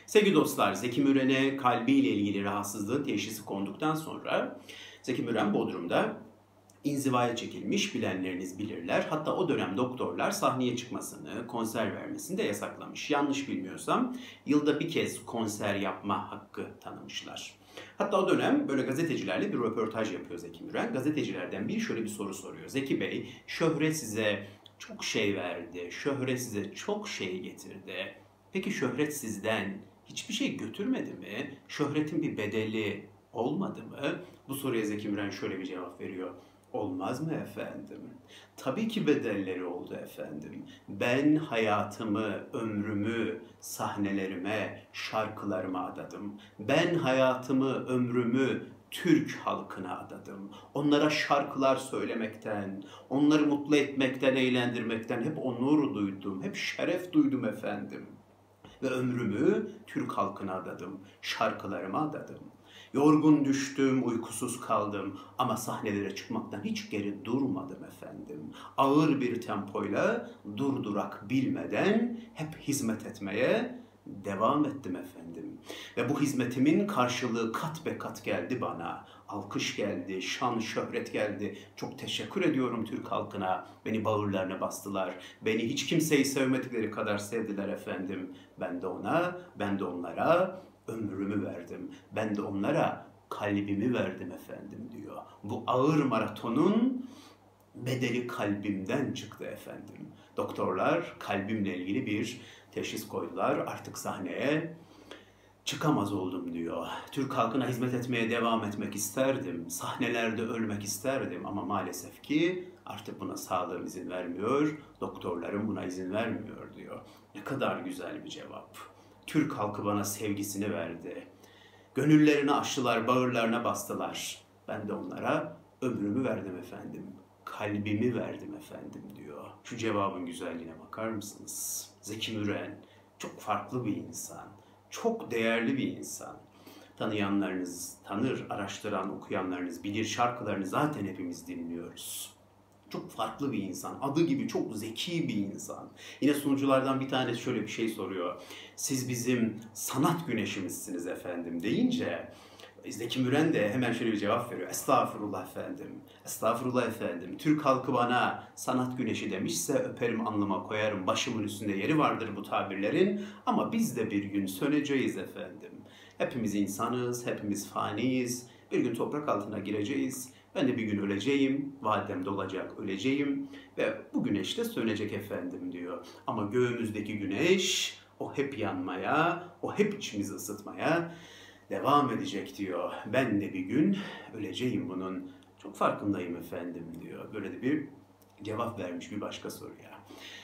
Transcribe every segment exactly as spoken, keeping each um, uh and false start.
Sevgili dostlar, Zeki Müren'e kalbiyle ilgili rahatsızlığın teşhisi konduktan sonra Zeki Müren Bodrum'da inzivaya çekilmiş, bilenleriniz bilirler. Hatta o dönem doktorlar sahneye çıkmasını, konser vermesini de yasaklamış. Yanlış bilmiyorsam yılda bir kez konser yapma hakkı tanımışlar. Hatta o dönem böyle gazetecilerle bir röportaj yapıyor Zeki Müren. Gazetecilerden biri şöyle bir soru soruyor. Zeki Bey, şöhret size çok şey verdi, şöhret size çok şey getirdi. Peki şöhret sizden hiçbir şey götürmedi mi? Şöhretin bir bedeli olmadı mı? Bu soruya Zeki Müren şöyle bir cevap veriyor. Olmaz mı efendim? Tabii ki bedelleri oldu efendim. Ben hayatımı, ömrümü sahnelerime, şarkılarıma adadım. Ben hayatımı, ömrümü Türk halkına adadım. Onlara şarkılar söylemekten, onları mutlu etmekten, eğlendirmekten hep onur duydum, hep şeref duydum efendim. Ve ömrümü Türk halkına adadım, şarkılarıma adadım. Yorgun düştüm, uykusuz kaldım ama sahnelere çıkmaktan hiç geri durmadım efendim. Ağır bir tempoyla durdurak bilmeden hep hizmet etmeye devam ettim efendim. Ve bu hizmetimin karşılığı kat be kat geldi bana. Alkış geldi, şan, şöhret geldi. Çok teşekkür ediyorum Türk halkına. Beni bağırlarına bastılar. Beni hiç kimseyi sevmedikleri kadar sevdiler efendim. Ben de ona, ben de onlara ömrümü verdim. Ben de onlara kalbimi verdim efendim diyor. Bu ağır maratonun bedeli kalbimden çıktı efendim. Doktorlar kalbimle ilgili bir teşhis koydular. Artık sahneye çıkamaz oldum diyor. Türk halkına hizmet etmeye devam etmek isterdim. Sahnelerde ölmek isterdim ama maalesef ki artık buna sağlığım izin vermiyor. Doktorlarım buna izin vermiyor diyor. Ne kadar güzel bir cevap. Türk halkı bana sevgisini verdi. Gönüllerini açtılar, bağırlarına bastılar. Ben de onlara ömrümü verdim efendim. Kalbimi verdim efendim diyor. Şu cevabın güzelliğine bakar mısınız? Zeki Müren çok farklı bir insan. Çok değerli bir insan. Tanıyanlarınız tanır, araştıran, okuyanlarınız bilir. Şarkılarını zaten hepimiz dinliyoruz. Çok farklı bir insan. Adı gibi çok zeki bir insan. Yine sunuculardan bir tanesi şöyle bir şey soruyor. Siz bizim sanat güneşimizsiniz efendim deyince Zeki Müren de hemen şöyle bir cevap veriyor. Estağfurullah efendim. Estağfurullah efendim. Türk halkı bana sanat güneşi demişse öperim alnıma koyarım. Başımın üstünde yeri vardır bu tabirlerin. Ama biz de bir gün söneceğiz efendim. Hepimiz insanız, hepimiz faniyiz. Bir gün toprak altına gireceğiz. Ben de bir gün öleceğim, vadem dolacak, öleceğim ve bu güneş de sönecek efendim diyor. Ama göğümüzdeki güneş, o hep yanmaya, o hep içimizi ısıtmaya devam edecek diyor. Ben de bir gün öleceğim bunun. Çok farkındayım efendim diyor. Böyle de bir cevap vermiş bir başka soruya.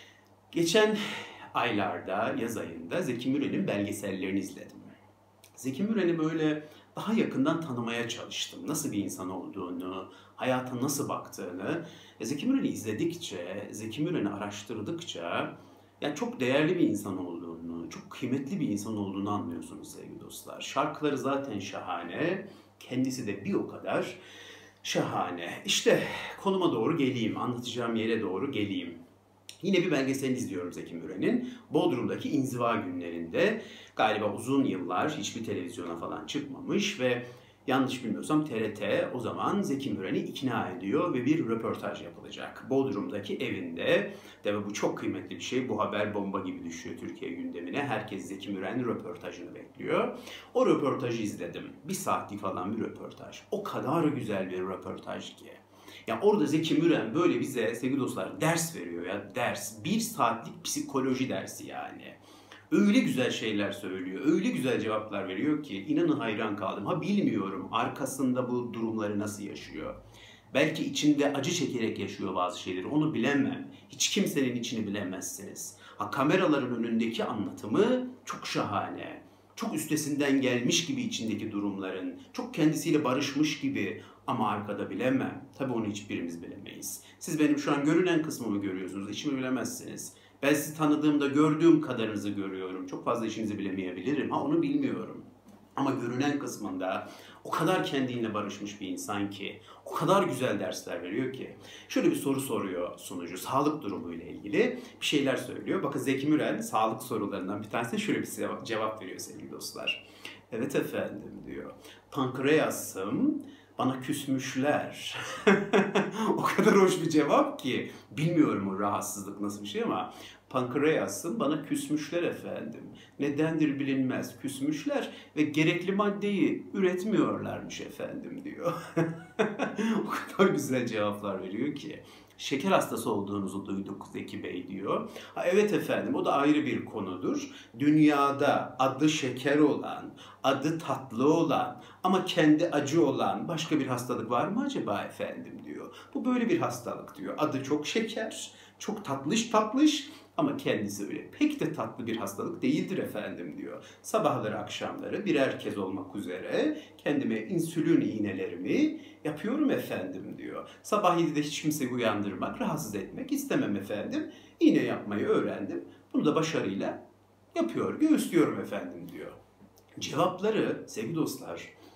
Geçen aylarda, yaz ayında Zeki Müren'in belgesellerini izledim. Zeki Müren'i böyle daha yakından tanımaya çalıştım. Nasıl bir insan olduğunu, hayata nasıl baktığını. Zeki Müren'i izledikçe, Zeki Müren'i araştırdıkça yani çok değerli bir insan olduğunu, çok kıymetli bir insan olduğunu anlıyorsunuz sevgili dostlar. Şarkıları zaten şahane, kendisi de bir o kadar şahane. İşte konuma doğru geleyim, anlatacağım yere doğru geleyim. Yine bir belgeselini izliyorum Zeki Müren'in. Bodrum'daki inziva günlerinde galiba uzun yıllar hiçbir televizyona falan çıkmamış ve yanlış bilmiyorsam T R T o zaman Zeki Müren'i ikna ediyor ve bir röportaj yapılacak. Bodrum'daki evinde. Tabii bu çok kıymetli bir şey. Bu haber bomba gibi düşüyor Türkiye gündemine. Herkes Zeki Müren'in röportajını bekliyor. O röportajı izledim. Bir saatlik falan bir röportaj. O kadar güzel bir röportaj ki. Ya orada Zeki Müren böyle bize sevgili dostlar ders veriyor ya ders. Bir saatlik psikoloji dersi yani. Öyle güzel şeyler söylüyor, öyle güzel cevaplar veriyor ki inanın hayran kaldım. Ha bilmiyorum arkasında bu durumları nasıl yaşıyor. Belki içinde acı çekerek yaşıyor bazı şeyleri onu bilemem. Hiç kimsenin içini bilemezsiniz. Ha kameraların önündeki anlatımı çok şahane. Çok üstesinden gelmiş gibi içindeki durumların, çok kendisiyle barışmış gibi ama arkada bilemem. Tabii onu hiçbirimiz bilemeyiz. Siz benim şu an görünen kısmımı görüyorsunuz, içimi bilemezsiniz. Ben sizi tanıdığımda gördüğüm kadarınızı görüyorum. Çok fazla işinizi bilemeyebilirim. Ha onu bilmiyorum. Ama görünen kısmında o kadar kendiyle barışmış bir insan ki, o kadar güzel dersler veriyor ki. Şöyle bir soru soruyor sunucu, sağlık durumuyla ilgili bir şeyler söylüyor. Bakın Zeki Müren sağlık sorularından bir tanesine şöyle bir cevap veriyor sevgili dostlar. Evet efendim diyor, pankreasım bana küsmüşler. O kadar hoş bir cevap ki, bilmiyorum o rahatsızlık nasıl bir şey ama pankreasım bana küsmüşler efendim. Nedendir bilinmez, küsmüşler ve gerekli maddeyi üretmiyorlarmış efendim diyor. O kadar güzel cevaplar veriyor ki. Şeker hastası olduğunuzu duyduk Zeki Bey diyor. Ha, evet efendim, o da ayrı bir konudur. Dünyada adı şeker olan, adı tatlı olan ama kendi acı olan başka bir hastalık var mı acaba efendim diyor. Bu böyle bir hastalık diyor. Adı çok şeker, çok tatlış tatlış ama kendisi öyle pek de tatlı bir hastalık değildir efendim diyor. Sabahları akşamları birer kez olmak üzere kendime insülin iğnelerimi yapıyorum efendim diyor. Sabah yedide hiç kimseyi uyandırmak, rahatsız etmek istemem efendim. İğne yapmayı öğrendim. Bunu da başarıyla yapıyor, göğüslüyorum efendim diyor. Cevapları sevgili dostlar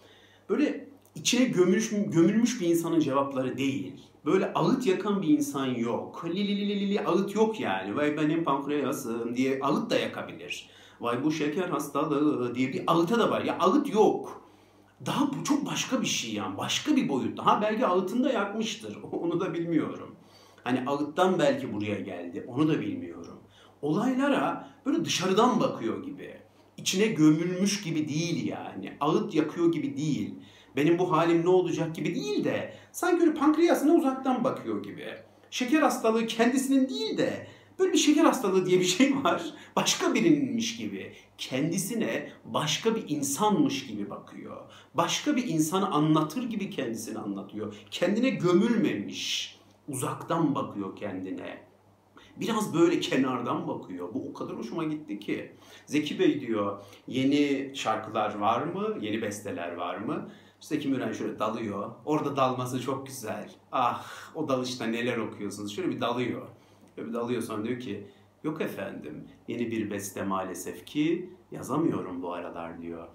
böyle içine gömülmüş, gömülmüş bir insanın cevapları değil. Böyle ağıt yakan bir insan yok. Li li li li li ağıt yok yani. Vay benim pankreasım diye ağıt da yakabilir. Vay bu şeker hastalığı diye bir ağıta da var. Ya ağıt yok. Daha bu çok başka bir şey yani. Başka bir boyutta. Ha belki ağıtını da yakmıştır. Onu da bilmiyorum. Hani ağıttan belki buraya geldi. Onu da bilmiyorum. Olaylara böyle dışarıdan bakıyor gibi. İçine gömülmüş gibi değil yani. Ağıt yakıyor gibi değil. Benim bu halim ne olacak gibi değil de sanki öyle pankreasına uzaktan bakıyor gibi. Şeker hastalığı kendisinin değil de böyle bir şeker hastalığı diye bir şey var. Başka birininmiş gibi. Kendisine başka bir insanmış gibi bakıyor. Başka bir insanı anlatır gibi kendisini anlatıyor. Kendine gömülmemiş. Uzaktan bakıyor kendine. Biraz böyle kenardan bakıyor. Bu o kadar hoşuma gitti ki. Zeki Bey diyor, yeni şarkılar var mı? Yeni besteler var mı? Zeki Müren şöyle dalıyor. Orada dalması çok güzel. Ah, o dalışta neler okuyorsunuz? Şöyle bir dalıyor. Şöyle bir dalıyor, sonra diyor ki, yok efendim, yeni bir beste maalesef ki yazamıyorum bu aralar diyor.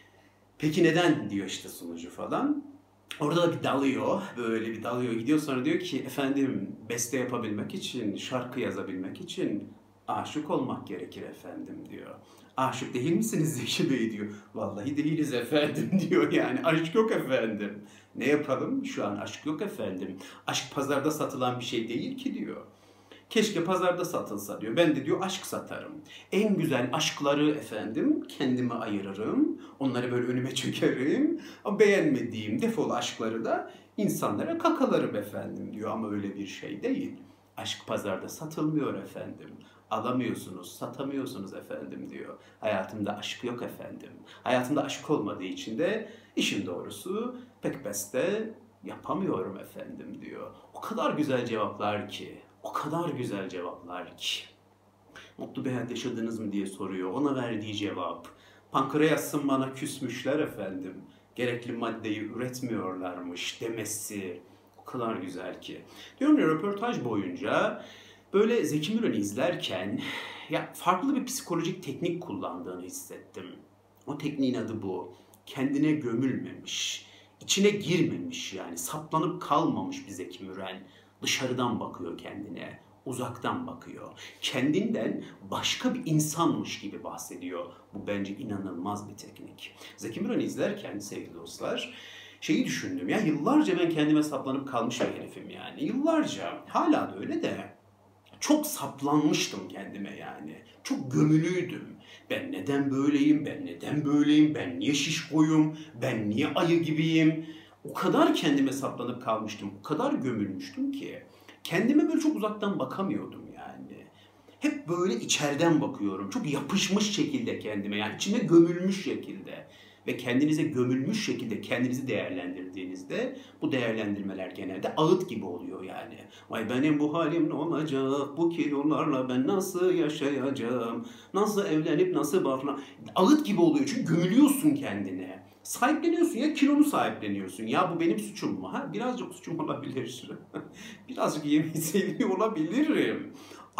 Peki neden diyor işte sunucu falan. Orada da bir dalıyor, böyle bir dalıyor gidiyor, sonra diyor ki efendim beste yapabilmek için, şarkı yazabilmek için aşık olmak gerekir efendim diyor. Aşık değil misiniz Zeki Bey diyor. Vallahi değiliz efendim diyor yani. Aşk yok efendim. Ne yapalım? Şu an aşk yok efendim. Aşk pazarda satılan bir şey değil ki diyor. Keşke pazarda satılsa diyor. Ben de diyor aşk satarım. En güzel aşkları efendim kendime ayırırım. Onları böyle önüme çekerim. Ama beğenmediğim defolu aşkları da insanlara kakalarım efendim diyor. Ama öyle bir şey değil. Aşk pazarda satılmıyor efendim. Alamıyorsunuz, satamıyorsunuz efendim diyor. Hayatımda aşk yok efendim. Hayatımda aşk olmadığı için de işin doğrusu pek beste yapamıyorum efendim diyor. O kadar güzel cevaplar ki. O kadar güzel cevaplar ki. Mutlu bir hayat yaşadınız mı diye soruyor. Ona verdiği cevap. Pankreasım bana küsmüşler efendim. Gerekli maddeyi üretmiyorlarmış demesi. O kadar güzel ki. Diyorum ya, röportaj boyunca böyle Zeki Müren'i izlerken ya farklı bir psikolojik teknik kullandığını hissettim. O tekniğin adı bu. Kendine gömülmemiş, içine girmemiş yani saplanıp kalmamış bir Zeki Müren. Dışarıdan bakıyor kendine, uzaktan bakıyor. Kendinden başka bir insanmış gibi bahsediyor. Bu bence inanılmaz bir teknik. Zeki Müren'i izlerken sevgili dostlar, şeyi düşündüm ya, yıllarca ben kendime saplanıp kalmış bir herifim yani. Yıllarca, hala da öyle de çok saplanmıştım kendime yani. Çok gömülüydüm. Ben neden böyleyim, ben neden böyleyim, ben niye şişkoyum, ben niye ayı gibiyim. O kadar kendime saplanıp kalmıştım, o kadar gömülmüştüm ki kendime böyle çok uzaktan bakamıyordum yani. Hep böyle içeriden bakıyorum, çok yapışmış şekilde kendime, yani içine gömülmüş şekilde. Ve kendinize gömülmüş şekilde kendinizi değerlendirdiğinizde bu değerlendirmeler genelde ağıt gibi oluyor yani. Vay benim bu halim ne olacak, bu kilolarla ben nasıl yaşayacağım, nasıl evlenip nasıl bakla... Ağıt gibi oluyor çünkü gömülüyorsun kendine. Sahipleniyorsun ya, kilonu sahipleniyorsun. Ya bu benim suçum mu? Ha, birazcık suçum olabilir. Birazcık yemeği seviyor olabilirim.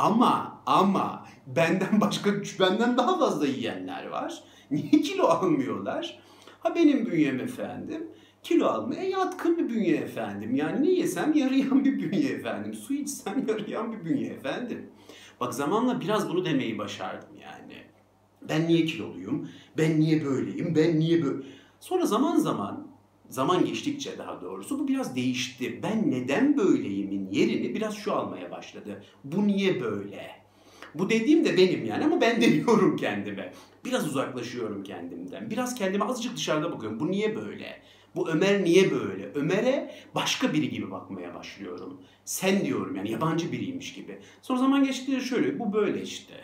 Ama ama benden başka, benden daha fazla yiyenler var. Niye kilo almıyorlar? Ha benim bünyem efendim kilo almaya yatkın bir bünye efendim. Yani ne yesem yarayan bir bünye efendim. Su içsem yarayan bir bünye efendim. Bak zamanla biraz bunu demeyi başardım yani. Ben niye kiloluyum? Ben niye böyleyim? Ben niye böyle... Sonra zaman zaman, zaman geçtikçe daha doğrusu bu biraz değişti. Ben neden böyleyimin yerini biraz şu almaya başladı. Bu niye böyle? Bu dediğim de benim yani ama ben demiyorum kendime. Biraz uzaklaşıyorum kendimden. Biraz kendime azıcık dışarıda bakıyorum. Bu niye böyle? Bu Ömer niye böyle? Ömer'e başka biri gibi bakmaya başlıyorum. Sen diyorum yani yabancı biriymiş gibi. Sonra zaman geçtikçe şöyle, bu böyle işte.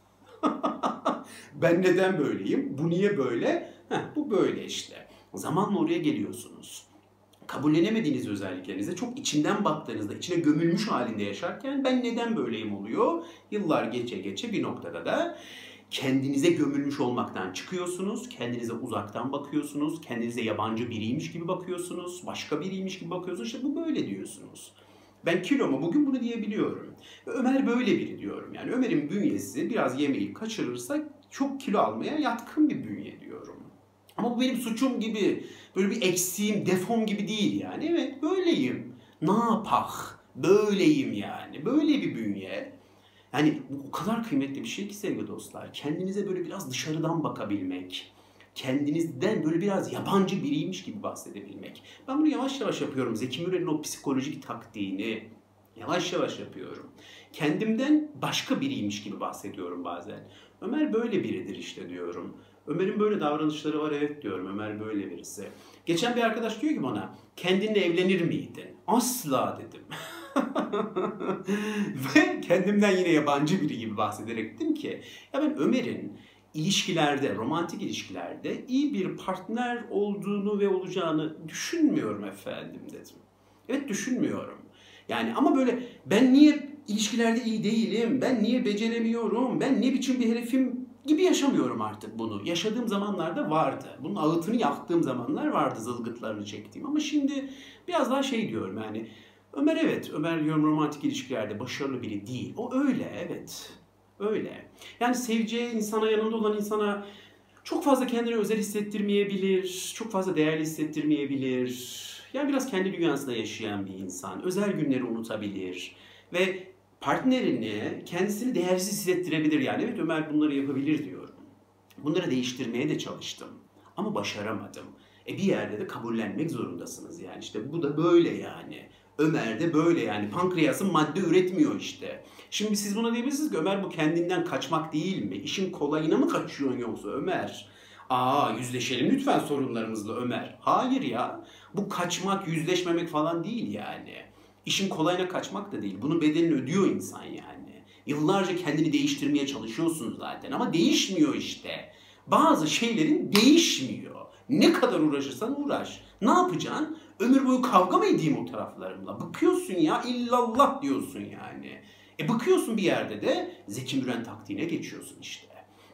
Ben neden böyleyim? Bu niye böyle? Heh, bu böyle işte. Zamanla oraya geliyorsunuz. Kabullenemediğiniz özelliklerinize çok içinden baktığınızda, içine gömülmüş halinde yaşarken ben neden böyleyim oluyor? Yıllar geçe geçe bir noktada da kendinize gömülmüş olmaktan çıkıyorsunuz, kendinize uzaktan bakıyorsunuz, kendinize yabancı biriymiş gibi bakıyorsunuz, başka biriymiş gibi bakıyorsunuz. İşte bu böyle diyorsunuz. Ben kiloma bugün bunu diyebiliyorum. Ömer böyle biri diyorum. Yani Ömer'in bünyesi biraz yemeği kaçırırsa çok kilo almaya yatkın bir bünye diyorum. Ama bu benim suçum gibi, böyle bir eksiğim, defom gibi değil yani. Evet böyleyim. Ne yapak? Böyleyim yani. Böyle bir bünye. Yani bu o kadar kıymetli bir şey ki sevgili dostlar. Kendinize böyle biraz dışarıdan bakabilmek. Kendinizden böyle biraz yabancı biriymiş gibi bahsedebilmek. Ben bunu yavaş yavaş yapıyorum. Zeki Müren'in o psikolojik taktiğini yavaş yavaş yapıyorum. Kendimden başka biriymiş gibi bahsediyorum bazen. Ömer böyle biridir işte diyorum. Ömer'in böyle davranışları var evet diyorum. Ömer böyle birisi. Geçen bir arkadaş diyor ki bana kendinle evlenir miydin? Asla dedim. Ve kendimden yine yabancı biri gibi bahsederek dedim ki ya ben Ömer'in ilişkilerde, romantik ilişkilerde iyi bir partner olduğunu ve olacağını düşünmüyorum efendim dedim. Evet düşünmüyorum. Yani ama böyle ben niye ilişkilerde iyi değilim, ben niye beceremiyorum, ben ne biçim bir herifim gibi yaşamıyorum artık bunu. Yaşadığım zamanlarda vardı. Bunun ağıtını yaktığım zamanlar vardı, zılgıtlarını çektiğim. Ama şimdi biraz daha şey diyorum yani Ömer evet, Ömer diyorum romantik ilişkilerde başarılı biri değil. O öyle evet, öyle. Yani seveceği insana, yanında olan insana çok fazla kendini özel hissettirmeyebilir, çok fazla değerli hissettirmeyebilir. Yani biraz kendi dünyasında yaşayan bir insan, özel günleri unutabilir ve partnerini kendisini değersiz hissettirebilir yani. Evet Ömer bunları yapabilir diyorum. Bunları değiştirmeye de çalıştım ama başaramadım. E bir yerde de kabullenmek zorundasınız yani işte bu da böyle yani. Ömer de böyle yani pankreasın madde üretmiyor işte. Şimdi siz buna diyebilirsiniz ki Ömer bu kendinden kaçmak değil mi? İşin kolayına mı kaçıyorsun yoksa Ömer? Aa yüzleşelim lütfen sorunlarımızla Ömer. Hayır ya bu kaçmak yüzleşmemek falan değil yani. İşin kolayına kaçmak da değil. Bunun bedelini ödüyor insan yani. Yıllarca kendini değiştirmeye çalışıyorsun zaten ama değişmiyor işte. Bazı şeylerin değişmiyor. Ne kadar uğraşırsan uğraş. Ne yapacaksın? Ömür boyu kavga mı edeyim o taraflarımla? Bıkıyorsun ya illallah diyorsun yani. E bıkıyorsun bir yerde de Zeki Müren taktiğine geçiyorsun işte.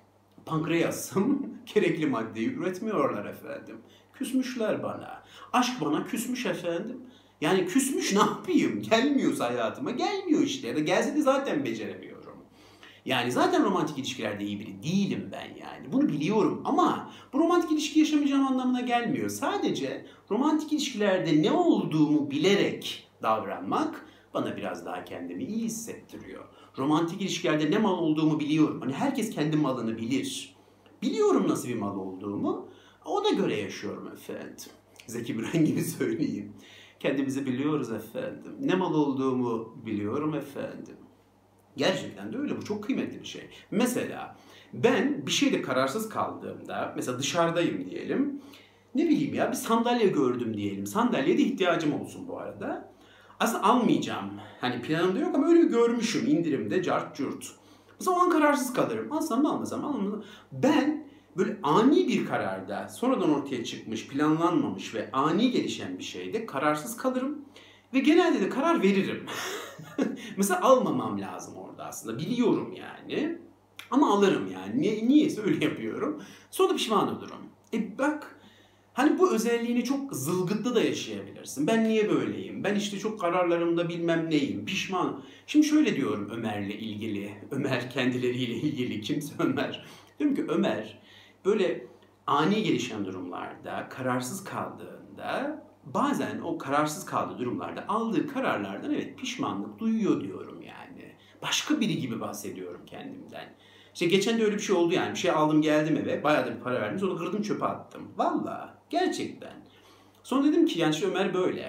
Pankreasım gerekli maddeyi üretmiyorlar efendim. Küsmüşler bana. Aşk bana küsmüş efendim. Yani küsmüş ne yapayım? Gelmiyorsa hayatıma gelmiyor işte. Ya da gelse de zaten beceremiyorum. Yani zaten romantik ilişkilerde iyi biri değilim ben yani. Bunu biliyorum ama bu romantik ilişki yaşamayacağım anlamına gelmiyor. Sadece romantik ilişkilerde ne olduğumu bilerek davranmak bana biraz daha kendimi iyi hissettiriyor. Romantik ilişkilerde ne mal olduğumu biliyorum. Hani herkes kendi malını bilir. Biliyorum nasıl bir mal olduğumu. Ona göre yaşıyorum efendim. Zeki Müren gibi söyleyeyim. Kendimizi biliyoruz efendim. Ne mal olduğumu biliyorum efendim. Gerçekten de öyle. Bu çok kıymetli bir şey. Mesela ben bir şeyde kararsız kaldığımda, mesela dışarıdayım diyelim. Ne bileyim ya bir sandalye gördüm diyelim. Sandalyeye de ihtiyacım olsun bu arada. Aslında almayacağım. Hani planımda yok ama öyle bir görmüşüm indirimde cart curt. Mesela o an kararsız kalırım. Alsam mı almasam mı almasam mı? Ben böyle ani bir kararda sonradan ortaya çıkmış, planlanmamış ve ani gelişen bir şeyde kararsız kalırım. Ve genelde de karar veririm. Mesela almamam lazım orada aslında. Biliyorum yani. Ama alırım yani. Niye, niyeyse öyle yapıyorum. Sonra pişman olurum. E bak hani bu özelliğini çok zılgıtlı da yaşayabilirsin. Ben niye böyleyim? Ben işte çok kararlarımda bilmem neyim. Pişman. Şimdi şöyle diyorum Ömer'le ilgili. Ömer kendileriyle ilgili. Kimse Ömer. Diyorum ki Ömer böyle ani gelişen durumlarda, kararsız kaldığında, bazen o kararsız kaldığı durumlarda aldığı kararlardan evet pişmanlık duyuyor diyorum yani. Başka biri gibi bahsediyorum kendimden. İşte geçen de öyle bir şey oldu yani. Bir şey aldım geldim eve. Bayağı da bir para verdim. Sonra kırdım çöpe attım. Valla. Gerçekten. Sonra dedim ki yani işte Ömer böyle.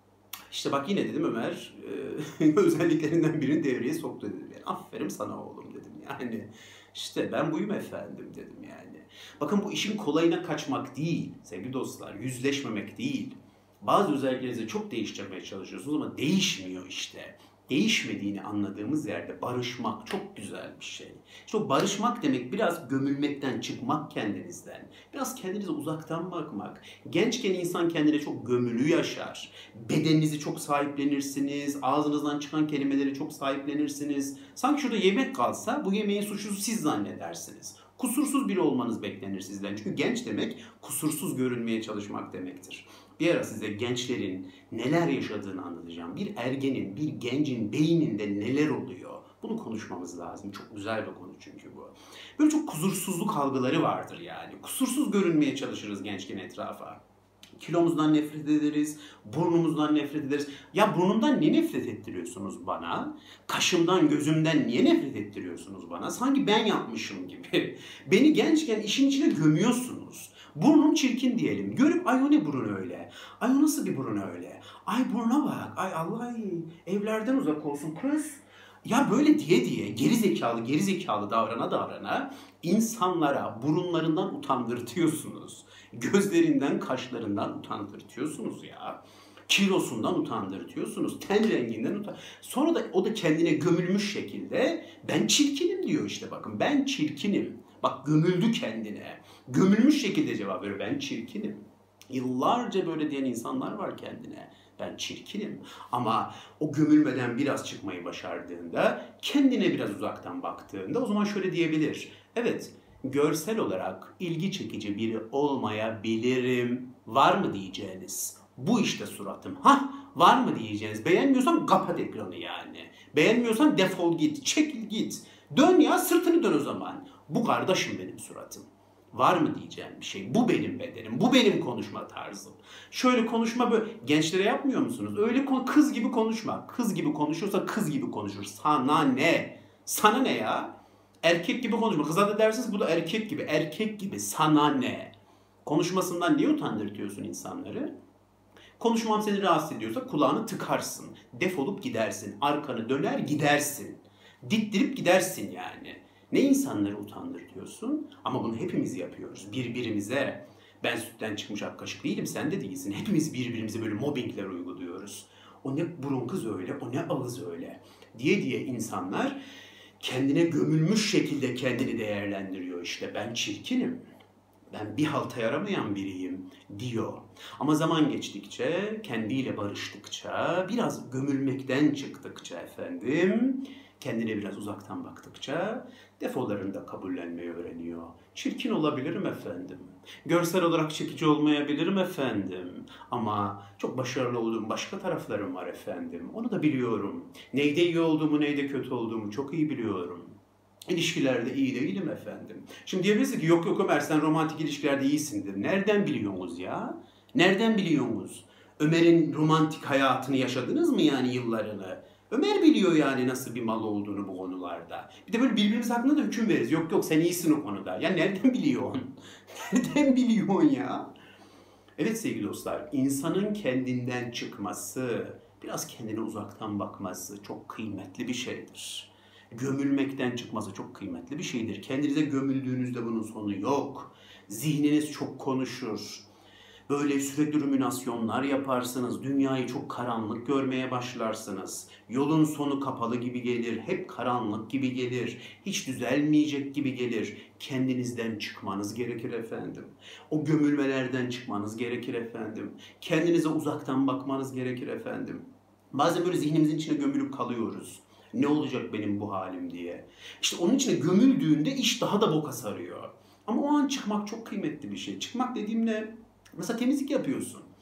İşte bak yine dedim Ömer e, özelliklerinden birini devreye soktu dedim. Yani, aferin sana oğlum dedim yani. İşte ben buyum efendim dedim yani. Bakın bu işin kolayına kaçmak değil sevgili dostlar. Yüzleşmemek değil. Bazı özelliklerinizi çok değiştirmeye çalışıyorsunuz ama değişmiyor işte. Değişmediğini anladığımız yerde barışmak çok güzel bir şey. İşte o barışmak demek biraz gömülmekten çıkmak kendinizden. Biraz kendinize uzaktan bakmak. Gençken insan kendine çok gömülü yaşar. Bedeninizi çok sahiplenirsiniz. Ağzınızdan çıkan kelimeleri çok sahiplenirsiniz. Sanki şurada yemek kalsa bu yemeğin suçlusu siz zannedersiniz. Kusursuz biri olmanız beklenir sizden. Çünkü genç demek kusursuz görünmeye çalışmak demektir. Bir ara size gençlerin neler yaşadığını anlatacağım. Bir ergenin, bir gencin beyninde neler oluyor? Bunu konuşmamız lazım. Çok güzel bir konu çünkü bu. Böyle çok kusursuzluk algıları vardır yani. Kusursuz görünmeye çalışırız gençken etrafa. Kilomuzdan nefret ederiz, burnumuzdan nefret ederiz. Ya burnumdan niye nefret ettiriyorsunuz bana? Kaşımdan, gözümden niye nefret ettiriyorsunuz bana? Sanki ben yapmışım gibi. Beni gençken işin içine gömüyorsunuz. Burnum çirkin diyelim. Görüp ay o ne burun öyle? Ay o nasıl bir burun öyle? Ay buruna bak. Ay Allah evlerden uzak olsun kız. Ya böyle diye diye geri zekalı geri zekalı davrana davrana insanlara burunlarından utandırtıyorsunuz. Gözlerinden, kaşlarından utandırtıyorsunuz ya. Kilosundan utandırtıyorsunuz. Ten renginden utan. Sonra da o da kendine gömülmüş şekilde ben çirkinim diyor işte bakın. Ben çirkinim. Bak gömüldü kendine. Gömülmüş şekilde cevap veriyor. Ben çirkinim. Yıllarca böyle diyen insanlar var kendine. Ben çirkinim. Ama o gömülmeden biraz çıkmayı başardığında, kendine biraz uzaktan baktığında o zaman şöyle diyebilir. Evet, görsel olarak ilgi çekici biri olmayabilirim. Var mı diyeceğiniz? Bu işte suratım. Hah, var mı diyeceğiniz? Beğenmiyorsan kapat ekranı yani. Beğenmiyorsan defol git, çekil git. Dön ya, sırtını dön o zaman. Bu kardeşim benim suratım. Var mı diyeceğim bir şey? Bu benim bedenim, bu benim konuşma tarzım. Şöyle konuşma böyle, gençlere yapmıyor musunuz? Öyle kız gibi konuşma. Kız gibi konuşursa kız gibi konuşur. Sana ne? Sana ne ya? Erkek gibi konuşma. Kıza da dersiniz bu da erkek gibi. Erkek gibi. Sana ne? Konuşmasından niye utandırtıyorsun insanları? Konuşmam seni rahatsız ediyorsa kulağını tıkarsın. Defolup gidersin. Arkanı döner gidersin. Dittirip gidersin yani. Ne insanları utandırtıyorsun? Ama bunu hepimiz yapıyoruz. Birbirimize. Ben sütten çıkmış ak kaşık değilim, sen de değilsin. Hepimiz birbirimize böyle mobbingler uyguluyoruz. O ne burun kız öyle, o ne ağız öyle diye diye insanlar kendine gömülmüş şekilde kendini değerlendiriyor işte. Ben çirkinim, ben bir halta yaramayan biriyim diyor. Ama zaman geçtikçe, kendiyle barıştıkça, biraz gömülmekten çıktıkça efendim, kendine biraz uzaktan baktıkça defolarını da kabullenmeyi öğreniyor. Çirkin olabilirim efendim. Görsel olarak çekici olmayabilirim efendim. Ama çok başarılı olduğum başka taraflarım var efendim. Onu da biliyorum. Neyde iyi olduğumu, neyde kötü olduğumu çok iyi biliyorum. İlişkilerde iyi değilim efendim. Şimdi diyebilirsiniz ki yok yok Ömer sen romantik ilişkilerde iyisindir. Nereden biliyorsunuz ya? Nereden biliyorsunuz? Ömer'in romantik hayatını yaşadınız mı yani yıllarını? Ömer biliyor yani nasıl bir mal olduğunu bu konularda. Bir de böyle birbirimiz hakkında da hüküm veririz. Yok yok sen iyisin o konuda. Ya nereden biliyorsun? Nereden biliyorsun ya? Evet sevgili dostlar, insanın kendinden çıkması, biraz kendine uzaktan bakması çok kıymetli bir şeydir. Gömülmekten çıkması çok kıymetli bir şeydir. Kendinize gömüldüğünüzde bunun sonu yok. Zihniniz çok konuşur. Böyle sürekli ruminasyonlar yaparsınız. Dünyayı çok karanlık görmeye başlarsınız. Yolun sonu kapalı gibi gelir. Hep karanlık gibi gelir. Hiç düzelmeyecek gibi gelir. Kendinizden çıkmanız gerekir efendim. O gömülmelerden çıkmanız gerekir efendim. Kendinize uzaktan bakmanız gerekir efendim. Bazen böyle zihnimizin içine gömülüp kalıyoruz. Ne olacak benim bu halim diye. İşte onun içine gömüldüğünde iş daha da boka sarıyor. Ama o an çıkmak çok kıymetli bir şey. Çıkmak dediğimde mesela temizlik yapıyorsun.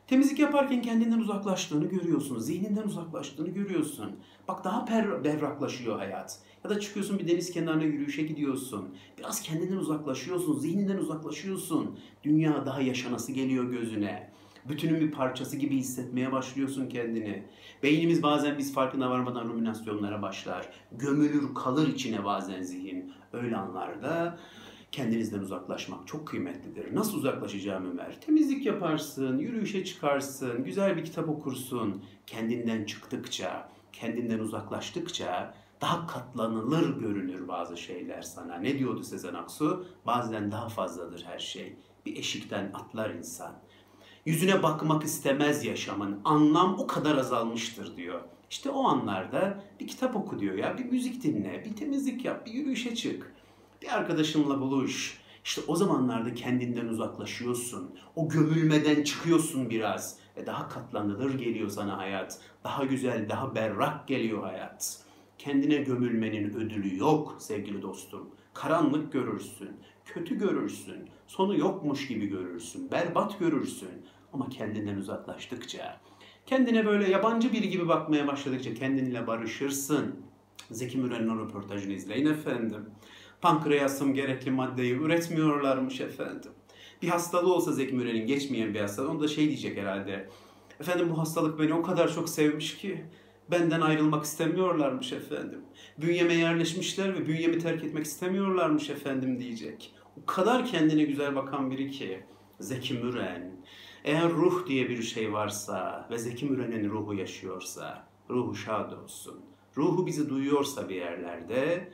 Temizlik yaparken kendinden uzaklaştığını görüyorsun, zihninden uzaklaştığını görüyorsun. Bak daha per, berraklaşıyor hayat. Ya da çıkıyorsun bir deniz kenarına yürüyüşe gidiyorsun. Biraz kendinden uzaklaşıyorsun, zihninden uzaklaşıyorsun. Dünya daha yaşanası geliyor gözüne. Bütünün bir parçası gibi hissetmeye başlıyorsun kendini. Beynimiz bazen biz farkına varmadan ruminasyonlara başlar. Gömülür kalır içine bazen zihin. Öyle anlarda kendinizden uzaklaşmak çok kıymetlidir. Nasıl uzaklaşacağım Ömer? Temizlik yaparsın, yürüyüşe çıkarsın, güzel bir kitap okursun. Kendinden çıktıkça, kendinden uzaklaştıkça daha katlanılır görünür bazı şeyler sana. Ne diyordu Sezen Aksu? Bazen daha fazladır her şey. Bir eşikten atlar insan. Yüzüne bakmak istemez yaşamın. Anlam o kadar azalmıştır diyor. İşte o anlarda bir kitap oku diyor ya. Bir müzik dinle, bir temizlik yap, bir yürüyüşe çık. Bir arkadaşınla buluş. İşte o zamanlarda kendinden uzaklaşıyorsun. O gömülmeden çıkıyorsun biraz. Ve daha katlanılır geliyor sana hayat. Daha güzel, daha berrak geliyor hayat. Kendine gömülmenin ödülü yok sevgili dostum. Karanlık görürsün, kötü görürsün, sonu yokmuş gibi görürsün, berbat görürsün. Ama kendinden uzaklaştıkça, kendine böyle yabancı biri gibi bakmaya başladıkça kendinle barışırsın. Zeki Müren'in o röportajını izleyin efendim. Pankreasım gerekli maddeyi üretmiyorlarmış efendim. Bir hastalığı olsa Zeki Müren'in, geçmeyen bir hastalığı, onu da şey diyecek herhalde. Efendim bu hastalık beni o kadar çok sevmiş ki benden ayrılmak istemiyorlarmış efendim. Bünyeme yerleşmişler ve bünyemi terk etmek istemiyorlarmış efendim diyecek. O kadar kendine güzel bakan biri ki Zeki Müren. Eğer ruh diye bir şey varsa ve Zeki Müren'in ruhu yaşıyorsa, ruhu şad olsun. Ruhu bizi duyuyorsa bir yerlerde,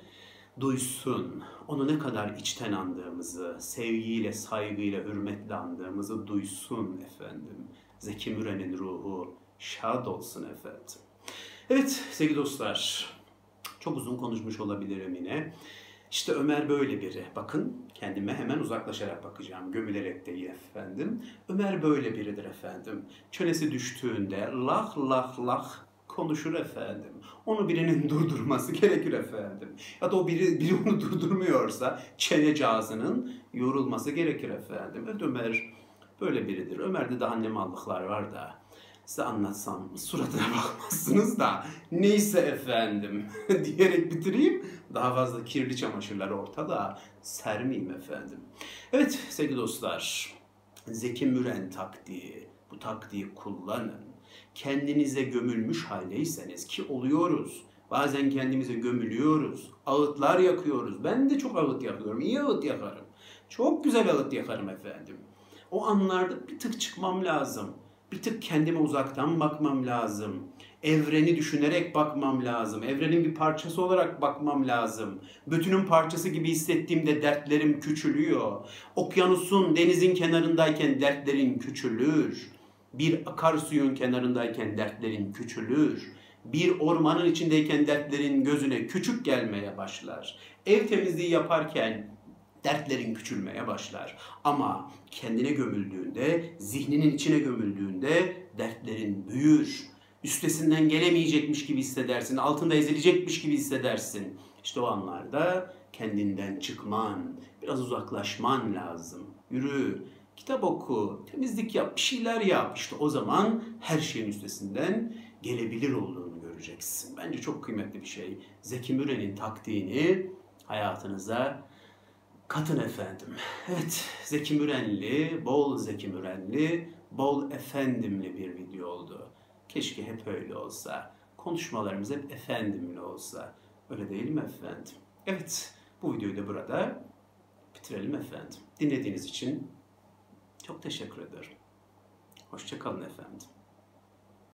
duysun. Onu ne kadar içten andığımızı, sevgiyle, saygıyla, hürmetle andığımızı duysun efendim. Zeki Müren'in ruhu şad olsun efendim. Evet sevgili dostlar, çok uzun konuşmuş olabilirim yine. İşte Ömer böyle biri. Bakın kendime hemen uzaklaşarak bakacağım. Gömülerek değil efendim. Ömer böyle biridir efendim. Çenesi düştüğünde lah lah lah konuşur efendim. Onu birinin durdurması gerekir efendim. Ya da o biri, biri onu durdurmuyorsa çenecağızının yorulması gerekir efendim. Evet Ömer böyle biridir. Ömer'de de annemallıklar var da size anlatsam suratına bakmazsınız da neyse efendim diyerek bitireyim. Daha fazla kirli çamaşırlar ortada sermeyeyim efendim. Evet sevgili dostlar, Zeki Müren taktiği, bu taktiği kullanın. Kendinize gömülmüş haldeyseniz ki oluyoruz. Bazen kendimize gömülüyoruz. Ağıtlar yakıyoruz. Ben de çok ağıt yakıyorum. İyi ağıt yakarım. Çok güzel ağıt yakarım efendim. O anlarda bir tık çıkmam lazım. Bir tık kendime uzaktan bakmam lazım. Evreni düşünerek bakmam lazım. Evrenin bir parçası olarak bakmam lazım. Bütünün parçası gibi hissettiğimde dertlerim küçülüyor. Okyanusun, denizin kenarındayken dertlerin küçülür. Bir akarsuyun kenarındayken dertlerin küçülür. Bir ormanın içindeyken dertlerin gözüne küçük gelmeye başlar. Ev temizliği yaparken dertlerin küçülmeye başlar. Ama kendine gömüldüğünde, zihninin içine gömüldüğünde dertlerin büyür. Üstesinden gelemeyecekmiş gibi hissedersin, altında ezilecekmiş gibi hissedersin. İşte o anlarda kendinden çıkman, biraz uzaklaşman lazım. Yürü, kitap oku, temizlik yap, bir şeyler yap. İşte o zaman her şeyin üstesinden gelebilir olduğunu göreceksin. Bence çok kıymetli bir şey. Zeki Müren'in taktiğini hayatınıza katın efendim. Evet, Zeki Mürenli, bol Zeki Mürenli, bol efendimli bir video oldu. Keşke hep öyle olsa. Konuşmalarımız hep efendimli olsa. Öyle değil mi efendim? Evet, bu videoyu da burada bitirelim efendim. Dinlediğiniz için çok teşekkür ederim. Hoşça kalın efendim.